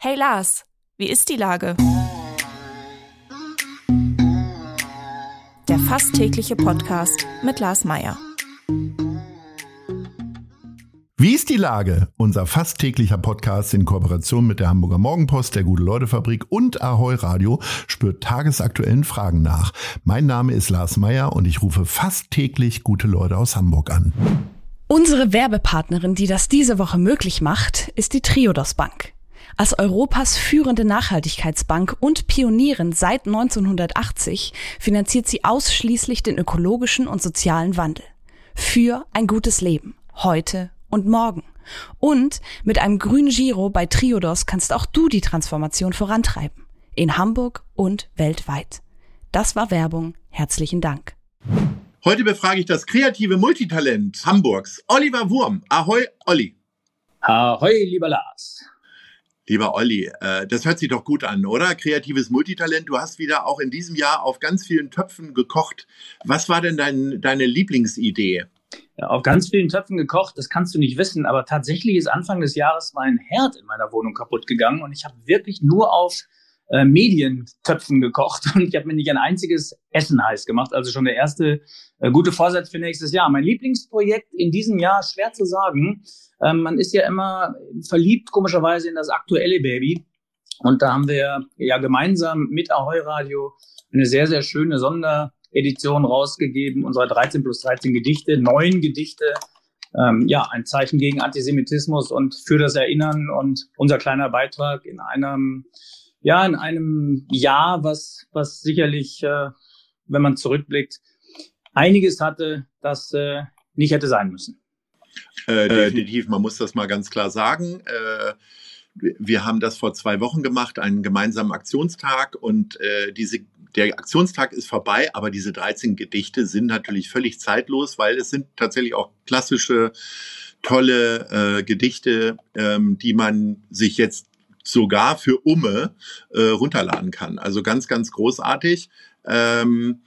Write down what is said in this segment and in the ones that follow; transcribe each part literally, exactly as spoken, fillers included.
Hey Lars, wie ist die Lage? Der fast tägliche Podcast mit Lars Meyer. Wie ist die Lage? Unser fast täglicher Podcast in Kooperation mit der Hamburger Morgenpost, der Gute-Leute-Fabrik und Ahoi Radio spürt tagesaktuellen Fragen nach. Mein Name ist Lars Meyer und ich rufe fast täglich gute Leute aus Hamburg an. Unsere Werbepartnerin, die das diese Woche möglich macht, ist die Triodos Bank. Als Europas führende Nachhaltigkeitsbank und Pionierin seit neunzehnhundertachtzig finanziert sie ausschließlich den ökologischen und sozialen Wandel. Für ein gutes Leben, heute und morgen. Und mit einem grünen Giro bei Triodos kannst auch du die Transformation vorantreiben. In Hamburg und weltweit. Das war Werbung. Herzlichen Dank. Heute befrage ich das kreative Multitalent Hamburgs, Oliver Wurm. Ahoi, Olli. Ahoi, lieber Lars. Lieber Olli, äh, das hört sich doch gut an, oder? Kreatives Multitalent. Du hast wieder auch in diesem Jahr auf ganz vielen Töpfen gekocht. Was war denn dein, deine Lieblingsidee? Ja, auf ganz vielen Töpfen gekocht, das kannst du nicht wissen, aber tatsächlich ist Anfang des Jahres mein Herd in meiner Wohnung kaputt gegangen und ich habe wirklich nur auf äh, Medientöpfen gekocht und ich habe mir nicht ein einziges Essen heiß gemacht. Also schon der erste äh, gute Vorsatz für nächstes Jahr. Mein Lieblingsprojekt in diesem Jahr, schwer zu sagen. Ähm, man ist ja immer verliebt, komischerweise, in das aktuelle Baby. Und da haben wir ja gemeinsam mit Ahoi Radio eine sehr, sehr schöne Sonderedition rausgegeben. Unsere dreizehn plus dreizehn Gedichte, neun Gedichte. Ähm, ja, ein Zeichen gegen Antisemitismus und für das Erinnern und unser kleiner Beitrag in einem, ja, in einem Jahr, was, was sicherlich, äh, wenn man zurückblickt, einiges hatte, das äh, nicht hätte sein müssen. Äh, definitiv, man muss das mal ganz klar sagen. Äh, wir haben das vor zwei Wochen gemacht, einen gemeinsamen Aktionstag und äh, diese, der Aktionstag ist vorbei, aber diese dreizehn Gedichte sind natürlich völlig zeitlos, weil es sind tatsächlich auch klassische, tolle äh, Gedichte, ähm, die man sich jetzt sogar für Umme äh, runterladen kann. Also ganz, ganz großartig. Ähm,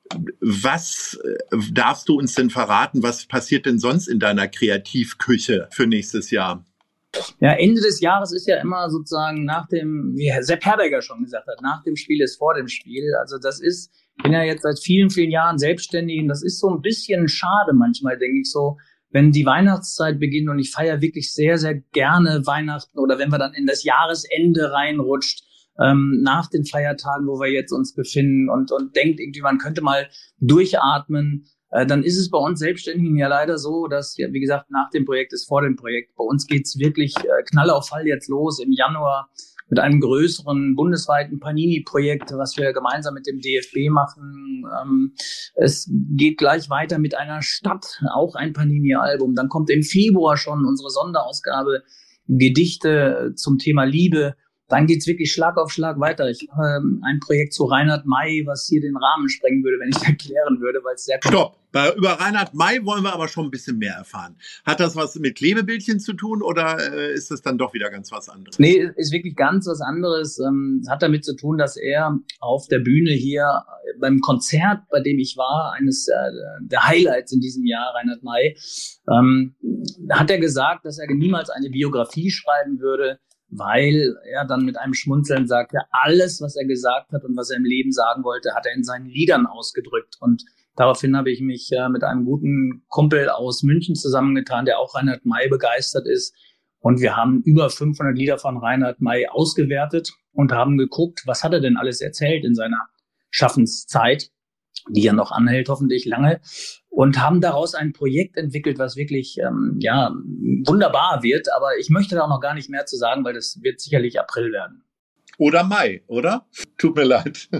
Was darfst du uns denn verraten? Was passiert denn sonst in deiner Kreativküche für nächstes Jahr? Ja, Ende des Jahres ist ja immer sozusagen nach dem, wie Sepp Herberger schon gesagt hat, nach dem Spiel ist vor dem Spiel. Also das ist, ich bin ja jetzt seit vielen, vielen Jahren selbstständig und das ist so ein bisschen schade manchmal, denke ich so, wenn die Weihnachtszeit beginnt und ich feiere wirklich sehr, sehr gerne Weihnachten oder wenn wir dann in das Jahresende reinrutscht, Ähm, nach den Feiertagen, wo wir jetzt uns befinden und, und denkt irgendwie, man könnte mal durchatmen, äh, dann ist es bei uns Selbstständigen ja leider so, dass, ja, wie gesagt, nach dem Projekt ist vor dem Projekt. Bei uns geht's wirklich äh, Knall auf Fall jetzt los im Januar mit einem größeren bundesweiten Panini-Projekt, was wir gemeinsam mit dem D F B machen. Ähm, es geht gleich weiter mit einer Stadt, auch ein Panini-Album. Dann kommt im Februar schon unsere Sonderausgabe Gedichte zum Thema Liebe. Dann geht's wirklich Schlag auf Schlag weiter. Ich habe ähm, ein Projekt zu Reinhard May, was hier den Rahmen sprengen würde, wenn ich es erklären würde, weil es sehr... Stopp! Bei, über Reinhard May wollen wir aber schon ein bisschen mehr erfahren. Hat das was mit Klebebildchen zu tun oder äh, ist das dann doch wieder ganz was anderes? Nee, ist wirklich ganz was anderes. Ähm, hat damit zu tun, dass er auf der Bühne hier beim Konzert, bei dem ich war, eines äh, der Highlights in diesem Jahr, Reinhard May, ähm, hat er gesagt, dass er niemals eine Biografie schreiben würde, weil er dann mit einem Schmunzeln sagte, alles, was er gesagt hat und was er im Leben sagen wollte, hat er in seinen Liedern ausgedrückt. Und daraufhin habe ich mich äh, mit einem guten Kumpel aus München zusammengetan, der auch Reinhard May begeistert ist. Und wir haben über fünfhundert Lieder von Reinhard May ausgewertet und haben geguckt, was hat er denn alles erzählt in seiner Schaffenszeit, die ja noch anhält, hoffentlich lange, und haben daraus ein Projekt entwickelt, was wirklich ähm, ja wunderbar wird. Aber ich möchte da auch noch gar nicht mehr zu sagen, weil das wird sicherlich April werden. Oder Mai, oder? Tut mir leid.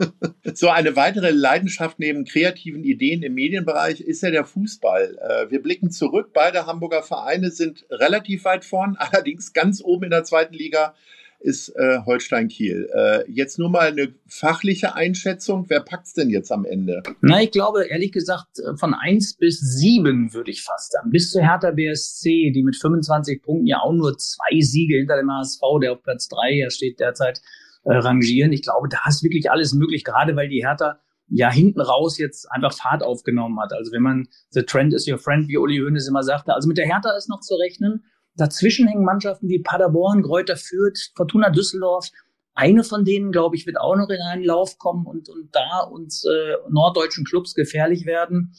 So eine weitere Leidenschaft neben kreativen Ideen im Medienbereich ist ja der Fußball. Wir blicken zurück. Beide Hamburger Vereine sind relativ weit vorn, allerdings ganz oben in der zweiten Liga ist äh, Holstein Kiel. Äh, jetzt nur mal eine fachliche Einschätzung. Wer packt's denn jetzt am Ende? Na, ich glaube, ehrlich gesagt, von eins bis sieben würde ich fast sagen. Bis zu Hertha B S C, die mit fünfundzwanzig Punkten ja auch nur zwei Siege hinter dem H S V, der auf Platz drei ja steht derzeit, äh, rangieren. Ich glaube, da ist wirklich alles möglich, gerade weil die Hertha ja hinten raus jetzt einfach Fahrt aufgenommen hat. Also wenn man the trend is your friend, wie Uli Hoeneß immer sagte. Also mit der Hertha ist noch zu rechnen. dazwischen hängen Mannschaften wie Paderborn, Greuther Fürth, Fortuna Düsseldorf. Eine von denen, glaube ich, wird auch noch in einen Lauf kommen und, und da uns äh, norddeutschen Clubs gefährlich werden.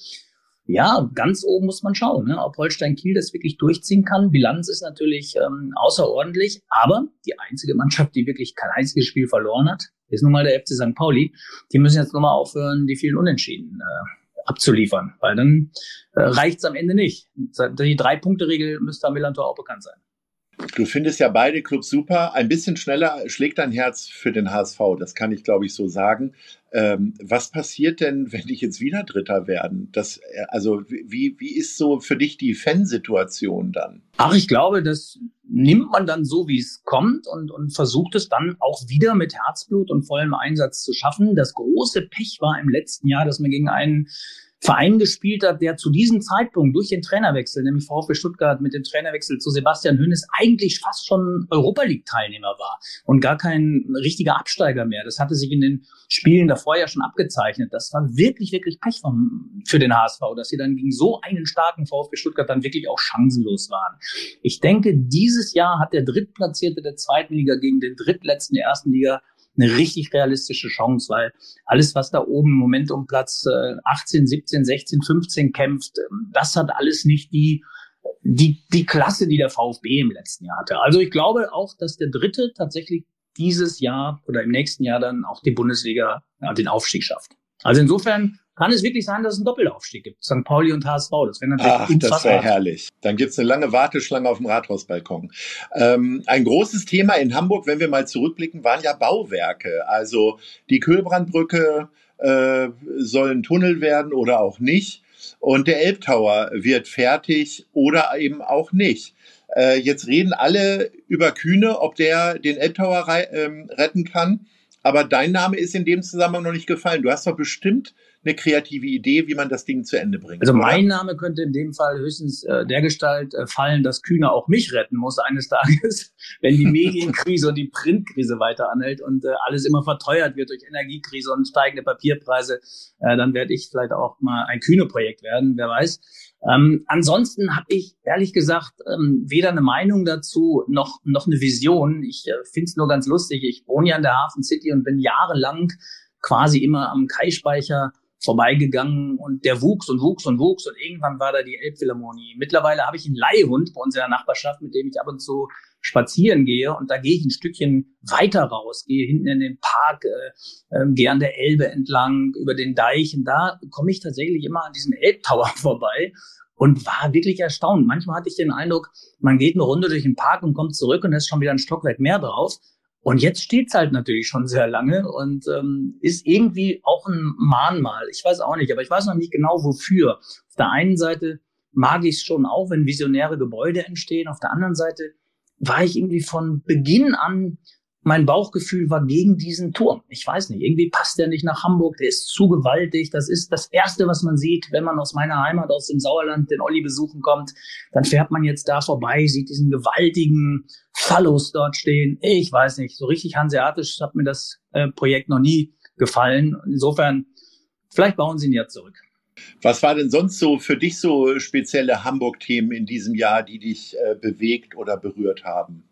Ja, ganz oben muss man schauen, ne? Ob Holstein Kiel das wirklich durchziehen kann. Bilanz ist natürlich ähm, außerordentlich, aber die einzige Mannschaft, die wirklich kein einziges Spiel verloren hat, ist nun mal der F C Sankt Pauli. Die müssen jetzt nur mal aufhören, die vielen Unentschieden äh, abzuliefern, weil dann äh, reicht's am Ende nicht. Die Drei-Punkte-Regel müsste am Millantor auch bekannt sein. Du findest ja beide Clubs super. Ein bisschen schneller schlägt dein Herz für den H S V. Das kann ich, glaube ich, so sagen. Ähm, was passiert denn, wenn die jetzt wieder Dritter werden? Das, also wie, wie ist so für dich die Fansituation dann? Ach, ich glaube, das nimmt man dann so, wie es kommt und, und versucht es dann auch wieder mit Herzblut und vollem Einsatz zu schaffen. Das große Pech war im letzten Jahr, dass man gegen einen Verein gespielt hat, der zu diesem Zeitpunkt durch den Trainerwechsel, nämlich VfB Stuttgart mit dem Trainerwechsel zu Sebastian Hoeneß, eigentlich fast schon Europa-League-Teilnehmer war und gar kein richtiger Absteiger mehr. Das hatte sich in den Spielen davor ja schon abgezeichnet. Das war wirklich, wirklich Pech vom, für den H S V, dass sie dann gegen so einen starken VfB Stuttgart dann wirklich auch chancenlos waren. Ich denke, dieses Jahr hat der Drittplatzierte der zweiten Liga gegen den Drittletzten der ersten Liga eine richtig realistische Chance, weil alles, was da oben im Moment um Platz achtzehn, siebzehn, sechzehn, fünfzehn kämpft, das hat alles nicht die, die, die Klasse, die der VfB im letzten Jahr hatte. Also ich glaube auch, dass der Dritte tatsächlich dieses Jahr oder im nächsten Jahr dann auch die Bundesliga, ja, den Aufstieg schafft. Also insofern kann es wirklich sein, dass es einen Doppelaufstieg gibt. Sankt Pauli und H S V. Das wäre natürlich Ach, das wäre herrlich. Dann gibt's eine lange Warteschlange auf dem Rathausbalkon. Ähm, ein großes Thema in Hamburg, wenn wir mal zurückblicken, waren ja Bauwerke. Also die Kühlbrandbrücke äh, soll ein Tunnel werden oder auch nicht. Und der Elbtower wird fertig oder eben auch nicht. Äh, jetzt reden alle über Kühne, ob der den Elbtower rei- ähm, retten kann. Aber dein Name ist in dem Zusammenhang noch nicht gefallen. Du hast doch bestimmt eine kreative Idee, wie man das Ding zu Ende bringt. Also oder? Mein Name könnte in dem Fall höchstens äh, dergestalt äh, fallen, dass Kühne auch mich retten muss eines Tages, wenn die Medienkrise und die Printkrise weiter anhält und äh, alles immer verteuert wird durch Energiekrise und steigende Papierpreise. Äh, dann werde ich vielleicht auch mal ein Kühne-Projekt werden, wer weiß. Ähm, ansonsten habe ich ehrlich gesagt ähm, weder eine Meinung dazu noch noch eine Vision. Ich äh, finde es nur ganz lustig. Ich wohne ja in der Hafen City und bin jahrelang quasi immer am Kai-Speicher vorbeigegangen und der wuchs und wuchs und wuchs und irgendwann war da die Elbphilharmonie. Mittlerweile habe ich einen Leihhund bei uns in der Nachbarschaft, mit dem ich ab und zu spazieren gehe und da gehe ich ein Stückchen weiter raus, gehe hinten in den Park, äh, äh, gehe an der Elbe entlang, über den Deich und da komme ich tatsächlich immer an diesem Elbtower vorbei und war wirklich erstaunt. Manchmal hatte ich den Eindruck, man geht eine Runde durch den Park und kommt zurück und da ist schon wieder ein Stockwerk mehr drauf. Und jetzt steht's halt natürlich schon sehr lange und ähm, ist irgendwie auch ein Mahnmal. Ich weiß auch nicht, aber ich weiß noch nicht genau wofür. Auf der einen Seite mag ich es schon auch, wenn visionäre Gebäude entstehen. Auf der anderen Seite war ich irgendwie von Beginn an, mein Bauchgefühl war gegen diesen Turm. Ich weiß nicht, irgendwie passt der nicht nach Hamburg, der ist zu gewaltig. Das ist das Erste, was man sieht, wenn man aus meiner Heimat, aus dem Sauerland, den Olli besuchen kommt. Dann fährt man jetzt da vorbei, sieht diesen gewaltigen Phallus dort stehen. Ich weiß nicht, so richtig hanseatisch hat mir das äh, Projekt noch nie gefallen. Insofern, vielleicht bauen sie ihn ja zurück. Was war denn sonst so für dich so spezielle Hamburg-Themen in diesem Jahr, die dich äh, bewegt oder berührt haben?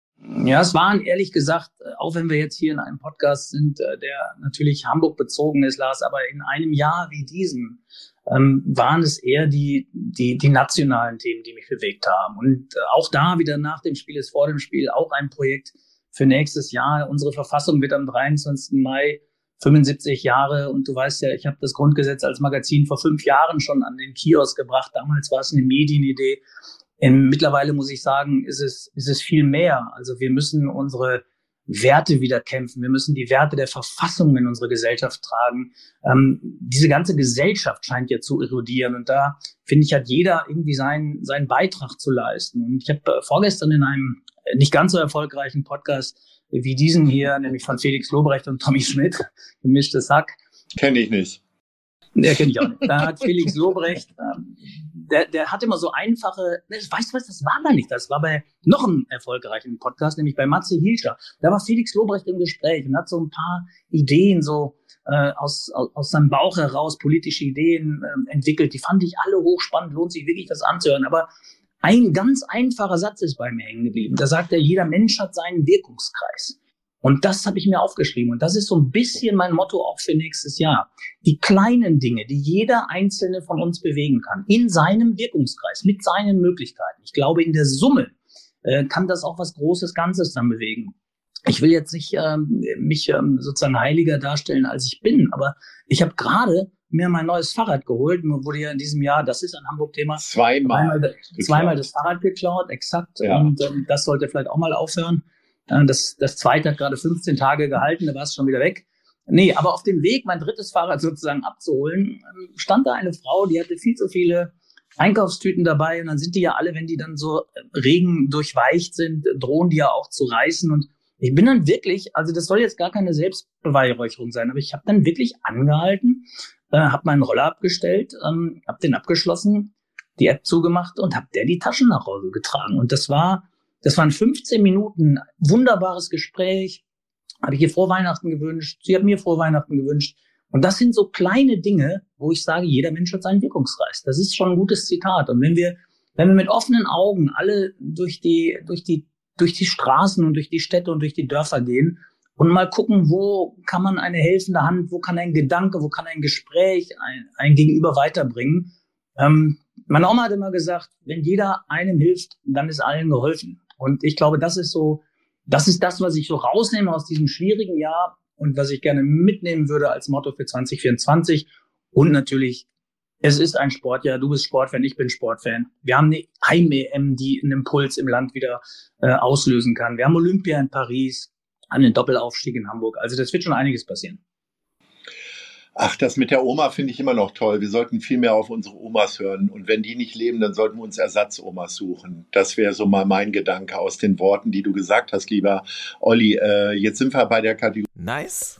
Ja, es waren ehrlich gesagt, auch wenn wir jetzt hier in einem Podcast sind, der natürlich Hamburg bezogen ist, Lars, aber in einem Jahr wie diesem ähm, waren es eher die, die, die nationalen Themen, die mich bewegt haben. Und auch da wieder nach dem Spiel ist vor dem Spiel auch ein Projekt für nächstes Jahr. Unsere Verfassung wird am dreiundzwanzigsten Mai fünfundsiebzig Jahre und du weißt ja, ich habe das Grundgesetz als Magazin vor fünf Jahren schon an den Kiosk gebracht. Damals war es eine Medienidee. Ähm, mittlerweile muss ich sagen, ist es, ist es viel mehr. Also wir müssen unsere Werte wieder kämpfen. Wir müssen die Werte der Verfassung in unsere Gesellschaft tragen. Ähm, diese ganze Gesellschaft scheint ja zu erodieren. Und da, finde ich, hat jeder irgendwie seinen, seinen Beitrag zu leisten. Und ich habe äh, vorgestern in einem nicht ganz so erfolgreichen Podcast wie diesen hier, nämlich von Felix Lobrecht und Tommy Schmidt, gemischtes Hack. Kenne ich nicht. Der kenne ich auch nicht. Da hat Felix Lobrecht, ähm, der, der hat immer so einfache, weißt du was, das war da nicht, das war bei noch einem erfolgreichen Podcast, nämlich bei Matze Hilscher. Da war Felix Lobrecht im Gespräch und hat so ein paar Ideen so äh, aus, aus, aus seinem Bauch heraus, politische Ideen äh, entwickelt. Die fand ich alle hochspannend, lohnt sich wirklich das anzuhören. Aber ein ganz einfacher Satz ist bei mir hängen geblieben. Da sagt er, jeder Mensch hat seinen Wirkungskreis. Und das habe ich mir aufgeschrieben. Und das ist so ein bisschen mein Motto auch für nächstes Jahr. Die kleinen Dinge, die jeder Einzelne von uns bewegen kann, in seinem Wirkungskreis, mit seinen Möglichkeiten. Ich glaube, in der Summe äh, kann das auch was Großes Ganzes dann bewegen. Ich will jetzt nicht ähm, mich ähm, sozusagen heiliger darstellen, als ich bin, aber ich habe gerade mir mein neues Fahrrad geholt. Mir wurde ja in diesem Jahr, das ist ein Hamburg-Thema, zweimal, zweimal, zweimal das Fahrrad geklaut, exakt. Ja. Und ähm, das sollte vielleicht auch mal aufhören. Äh, das, das zweite hat gerade fünfzehn Tage gehalten, da war es schon wieder weg. Nee, aber auf dem Weg, mein drittes Fahrrad sozusagen abzuholen, stand da eine Frau, die hatte viel zu viele Einkaufstüten dabei. Und dann sind die ja alle, wenn die dann so regendurchweicht sind, drohen die ja auch zu reißen. Und ich bin dann wirklich, also das soll jetzt gar keine Selbstbeweihräucherung sein, aber ich habe dann wirklich angehalten, äh, habe meinen Roller abgestellt, ähm, habe den abgeschlossen, die App zugemacht und habe der die Taschen nach Hause getragen. Und das war, das waren fünfzehn Minuten, wunderbares Gespräch, habe ich ihr frohe Weihnachten gewünscht, sie hat mir frohe Weihnachten gewünscht. Und das sind so kleine Dinge, wo ich sage, jeder Mensch hat seinen Wirkungskreis. Das ist schon ein gutes Zitat. Und wenn wir, wenn wir mit offenen Augen alle durch die, durch die, durch die Straßen und durch die Städte und durch die Dörfer gehen und mal gucken, wo kann man eine helfende Hand, wo kann ein Gedanke, wo kann ein Gespräch ein, ein Gegenüber weiterbringen. Ähm, meine Oma hat immer gesagt, wenn jeder einem hilft, dann ist allen geholfen. Und ich glaube, das ist so, das ist das, was ich so rausnehme aus diesem schwierigen Jahr und was ich gerne mitnehmen würde als Motto für zwanzig vierundzwanzig. Und natürlich, es ist ein Sportjahr. Du bist Sportfan, ich bin Sportfan. Wir haben eine Heim-E M, die einen Impuls im Land wieder äh, auslösen kann. Wir haben Olympia in Paris, einen Doppelaufstieg in Hamburg. Also das wird schon einiges passieren. Ach, das mit der Oma finde ich immer noch toll. Wir sollten viel mehr auf unsere Omas hören. Und wenn die nicht leben, dann sollten wir uns Ersatzomas suchen. Das wäre so mal mein Gedanke aus den Worten, die du gesagt hast, lieber Olli. Äh, jetzt sind wir bei der Kategorie. Nice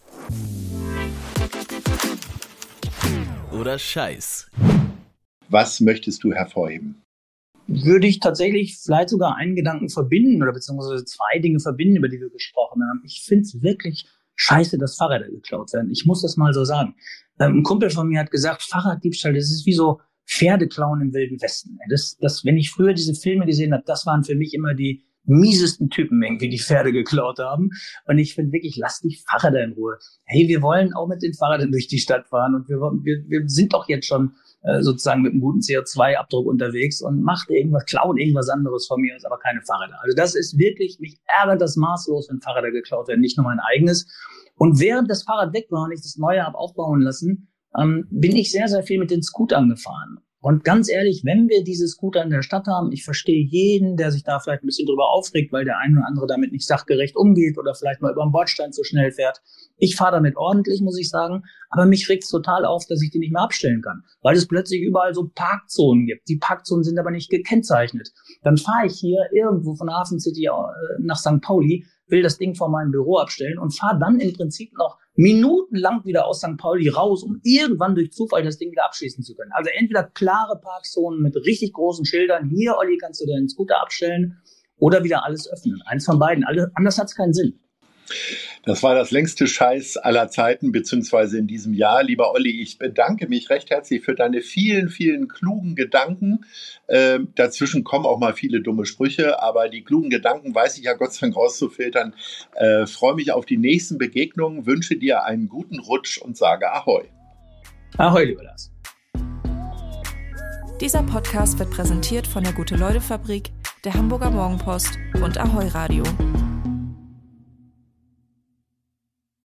oder Scheiß? Was möchtest du hervorheben? Würde ich tatsächlich vielleicht sogar einen Gedanken verbinden oder beziehungsweise zwei Dinge verbinden, über die wir gesprochen haben. Ich finde es wirklich scheiße, dass Fahrräder geklaut werden. Ich muss das mal so sagen. Ähm, ein Kumpel von mir hat gesagt, Fahrraddiebstahl, das ist wie so Pferdeklauen im Wilden Westen. Das, das, wenn ich früher diese Filme gesehen habe, das waren für mich immer die miesesten Typen, irgendwie, die Pferde geklaut haben. Und ich finde wirklich, lasst die Fahrräder in Ruhe. Hey, wir wollen auch mit den Fahrrädern durch die Stadt fahren und wir, wir, wir sind doch jetzt schon äh, sozusagen mit einem guten C O zwei Abdruck unterwegs und macht irgendwas, klaut irgendwas anderes von mir, ist aber keine Fahrräder. Also das ist wirklich, mich ärgert das maßlos, wenn Fahrräder geklaut werden, nicht nur mein eigenes. Und während das Fahrrad weg war und ich das neue habe aufbauen lassen, ähm, bin ich sehr, sehr viel mit den Scootern gefahren. Und ganz ehrlich, wenn wir diese Scooter in der Stadt haben, ich verstehe jeden, der sich da vielleicht ein bisschen drüber aufregt, weil der eine oder andere damit nicht sachgerecht umgeht oder vielleicht mal über den Bordstein zu schnell fährt. Ich fahre damit ordentlich, muss ich sagen, aber mich regt es total auf, dass ich die nicht mehr abstellen kann, weil es plötzlich überall so Parkzonen gibt. Die Parkzonen sind aber nicht gekennzeichnet. Dann fahre ich hier irgendwo von Hafen City nach Sankt Pauli, will das Ding vor meinem Büro abstellen und fahre dann im Prinzip noch minutenlang wieder aus Sankt Pauli raus, um irgendwann durch Zufall das Ding wieder abschließen zu können. Also entweder klare Parkzonen mit richtig großen Schildern, hier, Olli, kannst du deinen Scooter abstellen, oder wieder alles öffnen. Eins von beiden. Alle, anders hat es keinen Sinn. Das war das längste Scheiß aller Zeiten, beziehungsweise in diesem Jahr. Lieber Olli, ich bedanke mich recht herzlich für deine vielen, vielen klugen Gedanken. Ähm, dazwischen kommen auch mal viele dumme Sprüche, aber die klugen Gedanken weiß ich ja Gott sei Dank rauszufiltern. Äh, freue mich auf die nächsten Begegnungen, wünsche dir einen guten Rutsch und sage Ahoi. Ahoi, lieber Lars. Dieser Podcast wird präsentiert von der Gute-Leute-Fabrik, der Hamburger Morgenpost und Ahoi Radio.